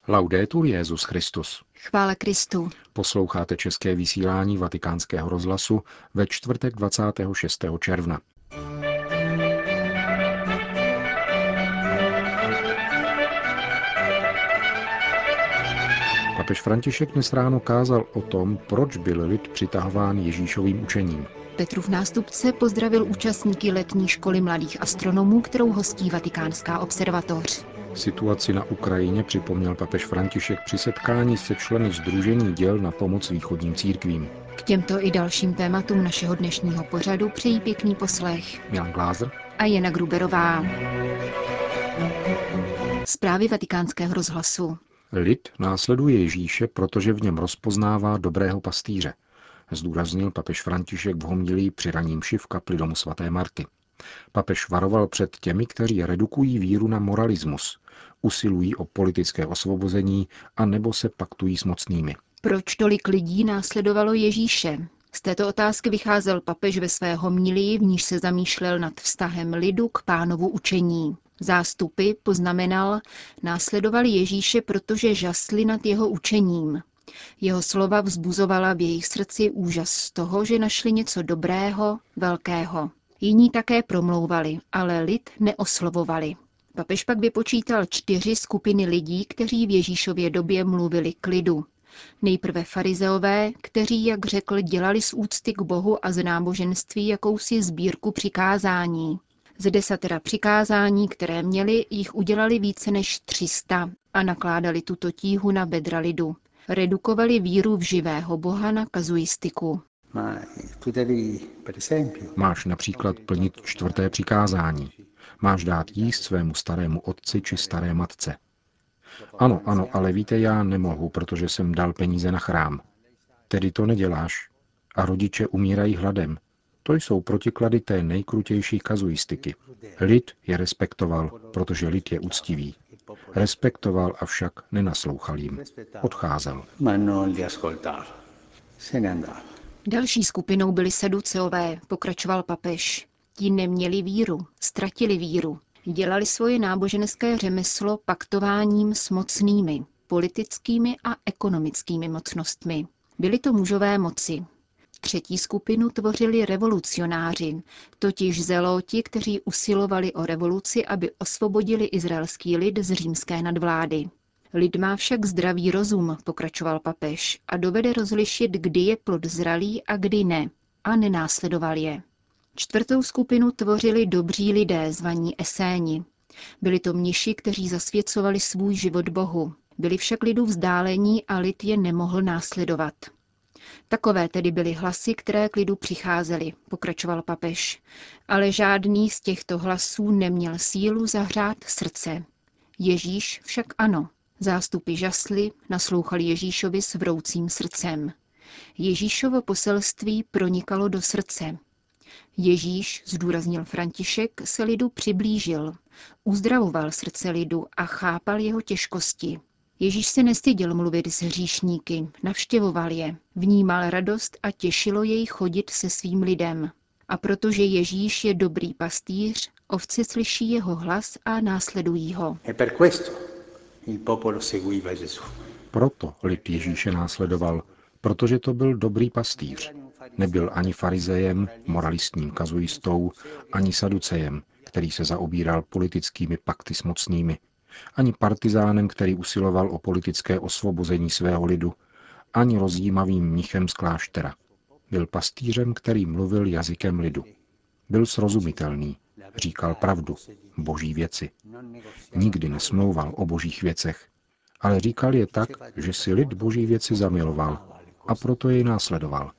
Laudetur Jesus Christus. Chvála Kristu. Posloucháte české vysílání Vatikánského rozhlasu ve čtvrtek 26. června. Papež František dnes ráno kázal o tom, proč byl lid přitahován Ježíšovým učením. Petrův nástupce pozdravil účastníky letní školy mladých astronomů, kterou hostí Vatikánská observatoř. Situaci na Ukrajině připomněl papež František při setkání se členy Sdružení děl na pomoc východním církvím. K těmto i dalším tématům našeho dnešního pořadu přejí pěkný poslech Milan Glázer a Jana Gruberová. Zprávy Vatikánského rozhlasu. Lid následuje Ježíše, protože v něm rozpoznává dobrého pastýře, zdůraznil papež František v homilii při raní mši v kapli domu svaté Marty. Papež varoval před těmi, kteří redukují víru na moralismus, usilují o politické osvobození a nebo se paktují s mocnými. Proč tolik lidí následovalo Ježíše? Z této otázky vycházel papež ve své homilii, v níž se zamýšlel nad vztahem lidu k Pánovu učení. Zástupy, poznamenal, následovali Ježíše, protože žasli nad jeho učením. Jeho slova vzbuzovala v jejich srdci úžas z toho, že našli něco dobrého, velkého. Jiní také promlouvali, ale lid neoslovovali. Papež pak vypočítal 4 skupiny lidí, kteří v Ježíšově době mluvili k lidu. Nejprve farizeové, kteří, jak řekl, dělali z úcty k Bohu a z náboženství jakousi sbírku přikázání. Z 10 přikázání, které měli, jich udělali více než 300 a nakládali tuto tíhu na bedra lidu. Redukovali víru v živého Boha na kazuistiku. Máš například plnit 4. přikázání. Máš dát jíst svému starému otci či staré matce. Ano, ale víte, já nemohu, protože jsem dal peníze na chrám. Tedy to neděláš. A rodiče umírají hladem. To jsou protiklady té nejkrutější kazuistiky. Lid je respektoval, protože lid je úctivý. Respektoval, avšak nenaslouchal jim. Odcházel. Další skupinou byli saduceové, pokračoval papež. Ti neměli víru, ztratili víru. Dělali svoje náboženské řemeslo paktováním s mocnými, politickými a ekonomickými mocnostmi. Byli to mužové moci. Třetí skupinu tvořili revolucionáři, totiž zeloti, kteří usilovali o revoluci, aby osvobodili izraelský lid z římské nadvlády. Lid má však zdravý rozum, pokračoval papež, a dovede rozlišit, kdy je plod zralý a kdy ne, a nenásledoval je. 4. skupinu tvořili dobří lidé, zvaní eséni. Byli to mniši, kteří zasvěcovali svůj život Bohu. Byli však lidu vzdálení a lid je nemohl následovat. Takové tedy byly hlasy, které k lidu přicházely, pokračoval papež. Ale žádný z těchto hlasů neměl sílu zahřát srdce. Ježíš však ano. Zástupy žasly, naslouchali Ježíšovi s vroucím srdcem. Ježíšovo poselství pronikalo do srdce. Ježíš, zdůraznil František, se lidu přiblížil, uzdravoval srdce lidu a chápal jeho těžkosti. Ježíš se nestyděl mluvit s hříšníky, navštěvoval je, vnímal radost a těšilo jej chodit se svým lidem. A protože Ježíš je dobrý pastýř, ovce slyší jeho hlas a následují ho. Proto lid Ježíše následoval, protože to byl dobrý pastýř. Nebyl ani farizejem, moralistním kazuistou, ani saducejem, který se zaobíral politickými pakty s mocnými, ani partizánem, který usiloval o politické osvobození svého lidu, ani rozjímavým mnichem z kláštera. Byl pastýřem, který mluvil jazykem lidu. Byl srozumitelný, říkal pravdu, boží věci. Nikdy nesmlouval o božích věcech, ale říkal je tak, že si lid boží věci zamiloval a proto jej následoval.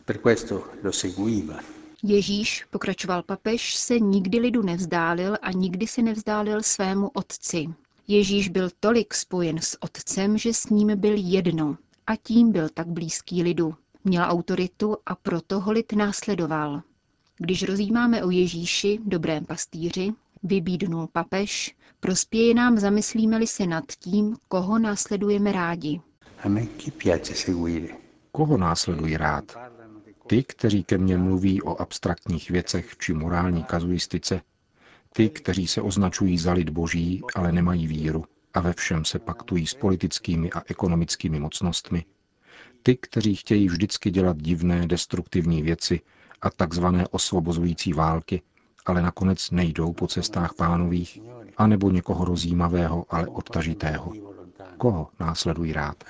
Ježíš, pokračoval papež, se nikdy lidu nevzdálil a nikdy se nevzdálil svému otci. Ježíš byl tolik spojen s otcem, že s ním byl jedno a tím byl tak blízký lidu. Měl autoritu a proto ho lid následoval. Když rozjímáme o Ježíši, dobrém pastýři, vybídnul papež, prospěje nám, zamyslíme-li se nad tím, koho následujeme rádi. Koho následuji rád? Ty, kteří ke mně mluví o abstraktních věcech či morální kazuistice, ty, kteří se označují za lid boží, ale nemají víru, a ve všem se paktují s politickými a ekonomickými mocnostmi, ty, kteří chtějí vždycky dělat divné, destruktivní věci a takzvané osvobozující války, ale nakonec nejdou po cestách Pánových, anebo někoho rozjímavého, ale odtažitého. Koho následují rád?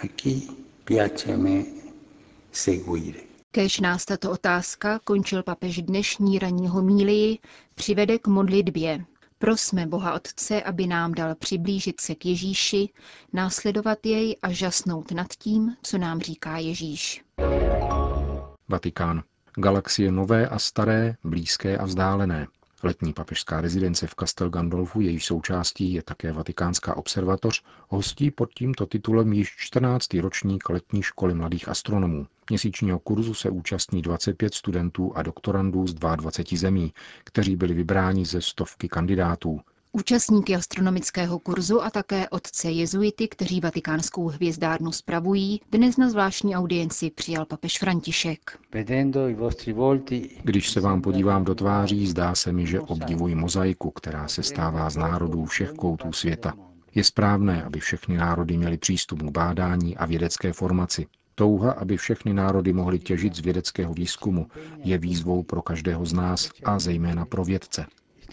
Kéž nás tato otázka, končil papež dnešní ranní homílii, přivede k modlitbě. Prosme Boha Otce, aby nám dal přiblížit se k Ježíši, následovat jej a žasnout nad tím, co nám říká Ježíš. Vatikán. Galaxie nové a staré, blízké a vzdálené. Letní papežská rezidence v Castel Gandolfu, jejíž součástí je také Vatikánská observatoř, hostí pod tímto titulem již 14. ročník letní školy mladých astronomů. Měsíčního kurzu se účastní 25 studentů a doktorandů z 22 zemí, kteří byli vybráni ze stovky kandidátů. Účastníky astronomického kurzu a také otce jezuity, kteří vatikánskou hvězdárnu spravují, dnes na zvláštní audienci přijal papež František. Když se vám podívám do tváří, zdá se mi, že obdivuji mozaiku, která se stává z národů všech koutů světa. Je správné, aby všechny národy měly přístup k bádání a vědecké formaci. Touha, aby všechny národy mohly těžit z vědeckého výzkumu, je výzvou pro každého z nás a zejména pro vědce.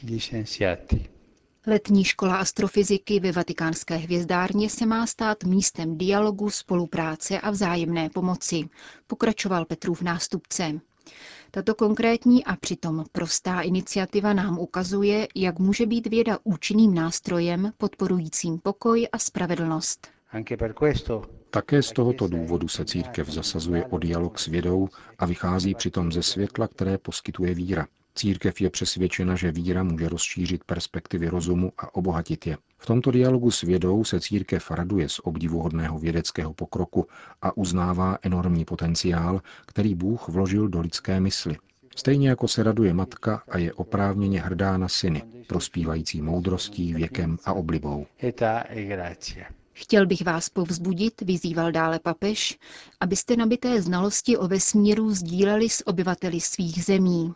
Letní škola astrofyziky ve vatikánské hvězdárně se má stát místem dialogu, spolupráce a vzájemné pomoci, pokračoval Petrův nástupce. Tato konkrétní a přitom prostá iniciativa nám ukazuje, jak může být věda účinným nástrojem podporujícím pokoj a spravedlnost. Také z tohoto důvodu se církev zasazuje o dialog s vědou a vychází přitom ze světla, které poskytuje víra. Církev je přesvědčena, že víra může rozšířit perspektivy rozumu a obohatit je. V tomto dialogu s vědou se církev raduje z obdivuhodného vědeckého pokroku a uznává enormní potenciál, který Bůh vložil do lidské mysli. Stejně jako se raduje matka a je oprávněně hrdá na syny, prospívající moudrostí, věkem a oblibou. Chtěl bych vás povzbudit, vyzýval dále papež, abyste nabité znalosti o vesmíru sdíleli s obyvateli svých zemí.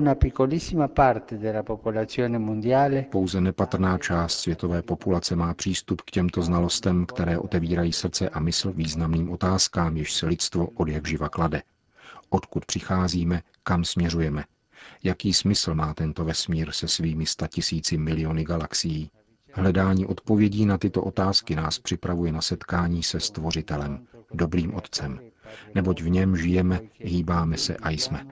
Pouze nepatrná část světové populace má přístup k těmto znalostem, které otevírají srdce a mysl významným otázkám, jež se lidstvo odjakživa klade. Odkud přicházíme, kam směřujeme? Jaký smysl má tento vesmír se svými 100 000 miliony galaxií? Hledání odpovědí na tyto otázky nás připravuje na setkání se Stvořitelem, dobrým Otcem, neboť v něm žijeme, hýbáme se a jsme.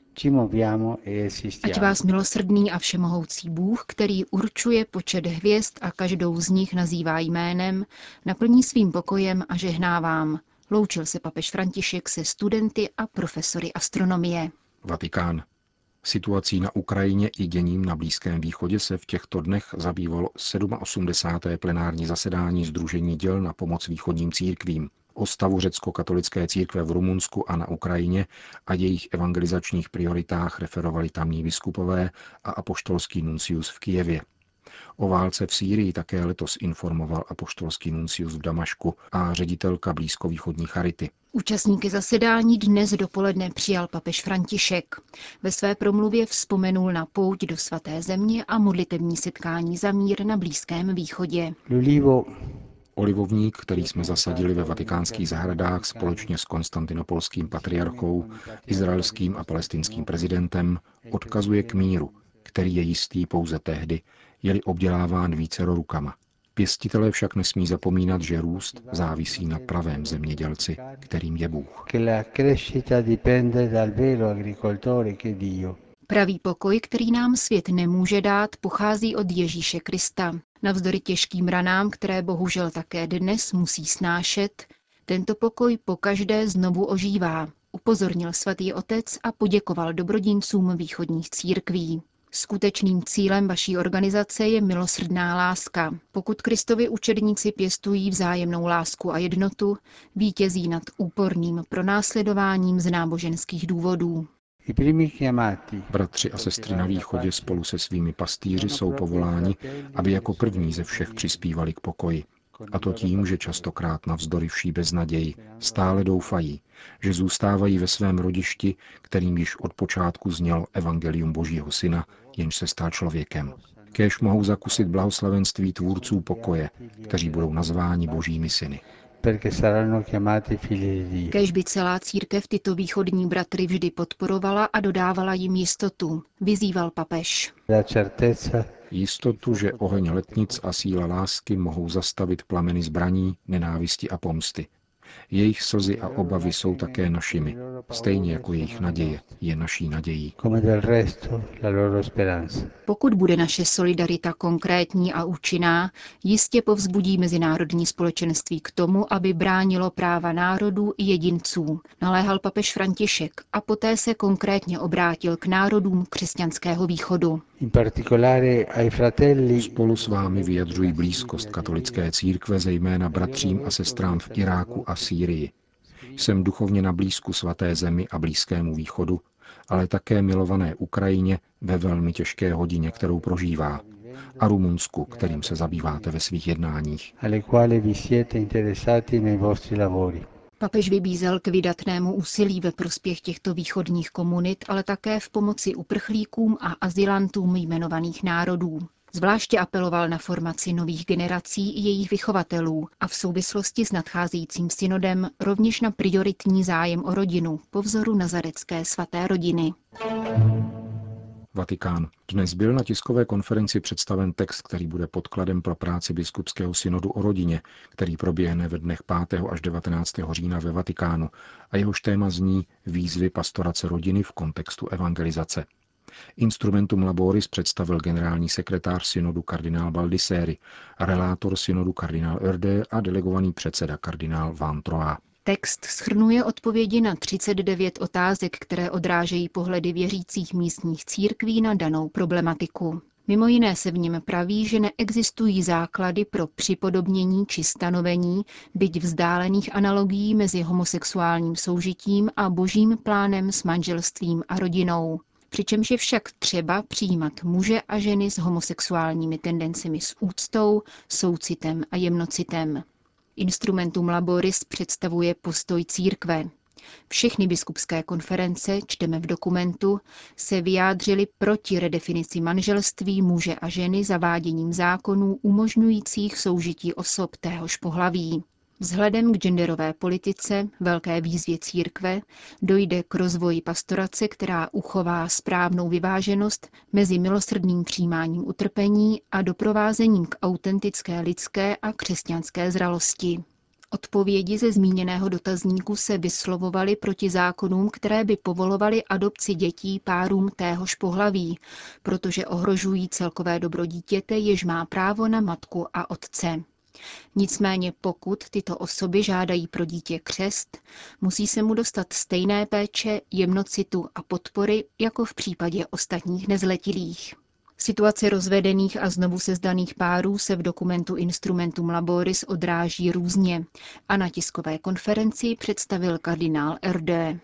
Ať vás milosrdný a všemohoucí Bůh, který určuje počet hvězd a každou z nich nazývá jménem, naplní svým pokojem a žehná vám. Loučil se papež František se studenty a profesory astronomie. Vatikán. Situací na Ukrajině i děním na Blízkém východě se v těchto dnech zabývalo 87. plenární zasedání Sdružení děl na pomoc východním církvím. O stavu řecko-katolické církve v Rumunsku a na Ukrajině a jejich evangelizačních prioritách referovali tamní biskupové a apoštolský nuncius v Kyjevě. O válce v Sýrii také letos informoval apoštolský nuncius v Damašku a ředitelka blízkovýchodní charity. Účastníky zasedání dnes dopoledne přijal papež František. Ve své promluvě vzpomenul na pouť do svaté země a modlitební setkání za mír na Blízkém východě. Olivovník, který jsme zasadili ve vatikánských zahradách společně s konstantinopolským patriarchou, izraelským a palestinským prezidentem, odkazuje k míru, který je jistý pouze tehdy, je-li obděláván vícero rukama. Pěstitelé však nesmí zapomínat, že růst závisí na pravém zemědělci, kterým je Bůh. Pravý pokoj, který nám svět nemůže dát, pochází od Ježíše Krista. Navzdory těžkým ranám, které bohužel také dnes musí snášet, tento pokoj pokaždé znovu ožívá, upozornil svatý otec a poděkoval dobrodincům východních církví. Skutečným cílem vaší organizace je milosrdná láska. Pokud Kristovi učedníci pěstují vzájemnou lásku a jednotu, vítězí nad úporným pronásledováním z náboženských důvodů. Bratři a sestry na východě spolu se svými pastýři jsou povoláni, aby jako první ze všech přispívali k pokoji. A to tím, že častokrát navzdory vší beznaději stále doufají, že zůstávají ve svém rodišti, kterým již od počátku znělo evangelium Božího Syna, jenž se stal člověkem. Kéž mohou zakusit blahoslavenství tvůrců pokoje, kteří budou nazváni božími syny. Kéž by celá církev tyto východní bratry vždy podporovala a dodávala jim jistotu, vyzýval papež. Jistotu, že oheň letnic a síla lásky mohou zastavit plameny zbraní, nenávisti a pomsty. Jejich slzy a obavy jsou také našimi, stejně jako jejich naděje je naší nadějí. Pokud bude naše solidarita konkrétní a účinná, jistě povzbudí mezinárodní společenství k tomu, aby bránilo práva národů i jedinců, naléhal papež František a poté se konkrétně obrátil k národům křesťanského východu. Spolu s vámi vyjadřují blízkost katolické církve, zejména bratřím a sestrám v Iráku a Sýrii. Jsem duchovně na blízku svaté zemi a Blízkému východu, ale také milované Ukrajině ve velmi těžké hodině, kterou prožívá, a Rumunsku, kterým se zabýváte ve svých jednáních. Papež vybízel k vydatnému úsilí ve prospěch těchto východních komunit, ale také v pomoci uprchlíkům a azylantům jmenovaných národů. Zvláště apeloval na formaci nových generací i jejich vychovatelů a v souvislosti s nadcházejícím synodem rovněž na prioritní zájem o rodinu po vzoru nazarecké svaté rodiny. Vatikán. Dnes byl na tiskové konferenci představen text, který bude podkladem pro práci biskupského synodu o rodině, který proběhne ve dnech 5. až 19. října ve Vatikánu a jehož téma zní výzvy pastorace rodiny v kontextu evangelizace. Instrumentum Laboris představil generální sekretář synodu kardinál Baldisseri, relátor synodu kardinál Oerde a delegovaný předseda kardinál Van Troa. Text shrnuje odpovědi na 39 otázek, které odrážejí pohledy věřících místních církví na danou problematiku. Mimo jiné se v něm praví, že neexistují základy pro připodobnění či stanovení, byť vzdálených analogií mezi homosexuálním soužitím a božím plánem s manželstvím a rodinou. Přičemž je však třeba přijímat muže a ženy s homosexuálními tendencemi s úctou, soucitem a jemnocitem. Instrumentum Laboris představuje postoj církve. Všechny biskupské konference, čteme v dokumentu, se vyjádřily proti redefinici manželství muže a ženy zaváděním zákonů umožňujících soužití osob téhož pohlaví. Vzhledem k genderové politice, velké výzvě církve, dojde k rozvoji pastorace, která uchová správnou vyváženost mezi milosrdným přijímáním utrpení a doprovázením k autentické lidské a křesťanské zralosti. Odpovědi ze zmíněného dotazníku se vyslovovaly proti zákonům, které by povolovaly adopci dětí párům téhož pohlaví, protože ohrožují celkové dobro dítěte, jež má právo na matku a otce. Nicméně pokud tyto osoby žádají pro dítě křest, musí se mu dostat stejné péče, jemnocitu a podpory jako v případě ostatních nezletilých. Situace rozvedených a znovu sezdaných párů se v dokumentu Instrumentum Laboris odráží různě a na tiskové konferenci představil kardinál Oerde.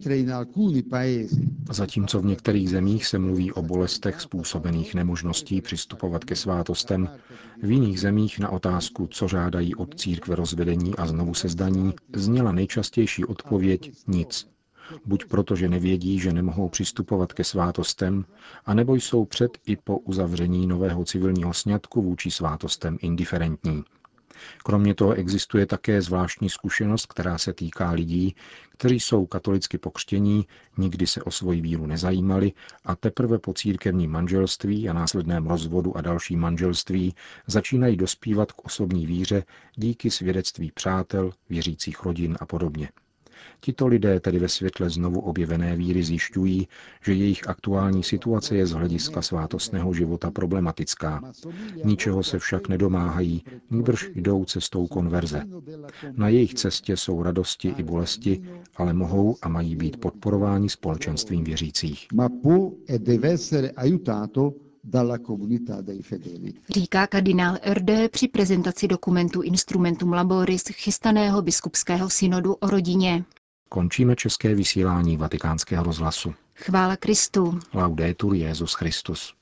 Zatímco v některých zemích se mluví o bolestech způsobených nemožností přistupovat ke svátostem, v jiných zemích na otázku, co žádají od církve rozvedení a znovu sezdaní, zněla nejčastější odpověď nic. Buď proto, že nevědí, že nemohou přistupovat ke svátostem, anebo jsou před i po uzavření nového civilního sňatku vůči svátostem indiferentní. Kromě toho existuje také zvláštní zkušenost, která se týká lidí, kteří jsou katolicky pokřtění, nikdy se o svoji víru nezajímali a teprve po církevním manželství a následném rozvodu a dalším manželství začínají dospívat k osobní víře díky svědectví přátel, věřících rodin a podobně. Tito lidé tedy ve světle znovu objevené víry zjišťují, že jejich aktuální situace je z hlediska svátostného života problematická. Ničeho se však nedomáhají, nýbrž jdou cestou konverze. Na jejich cestě jsou radosti i bolesti, ale mohou a mají být podporováni společenstvím věřících. Říká kardinál Oerde při prezentaci dokumentu Instrumentum Laboris chystaného biskupského synodu o rodině. Končíme české vysílání Vatikánského rozhlasu. Chvála Kristu. Laudetur Jesus Christus.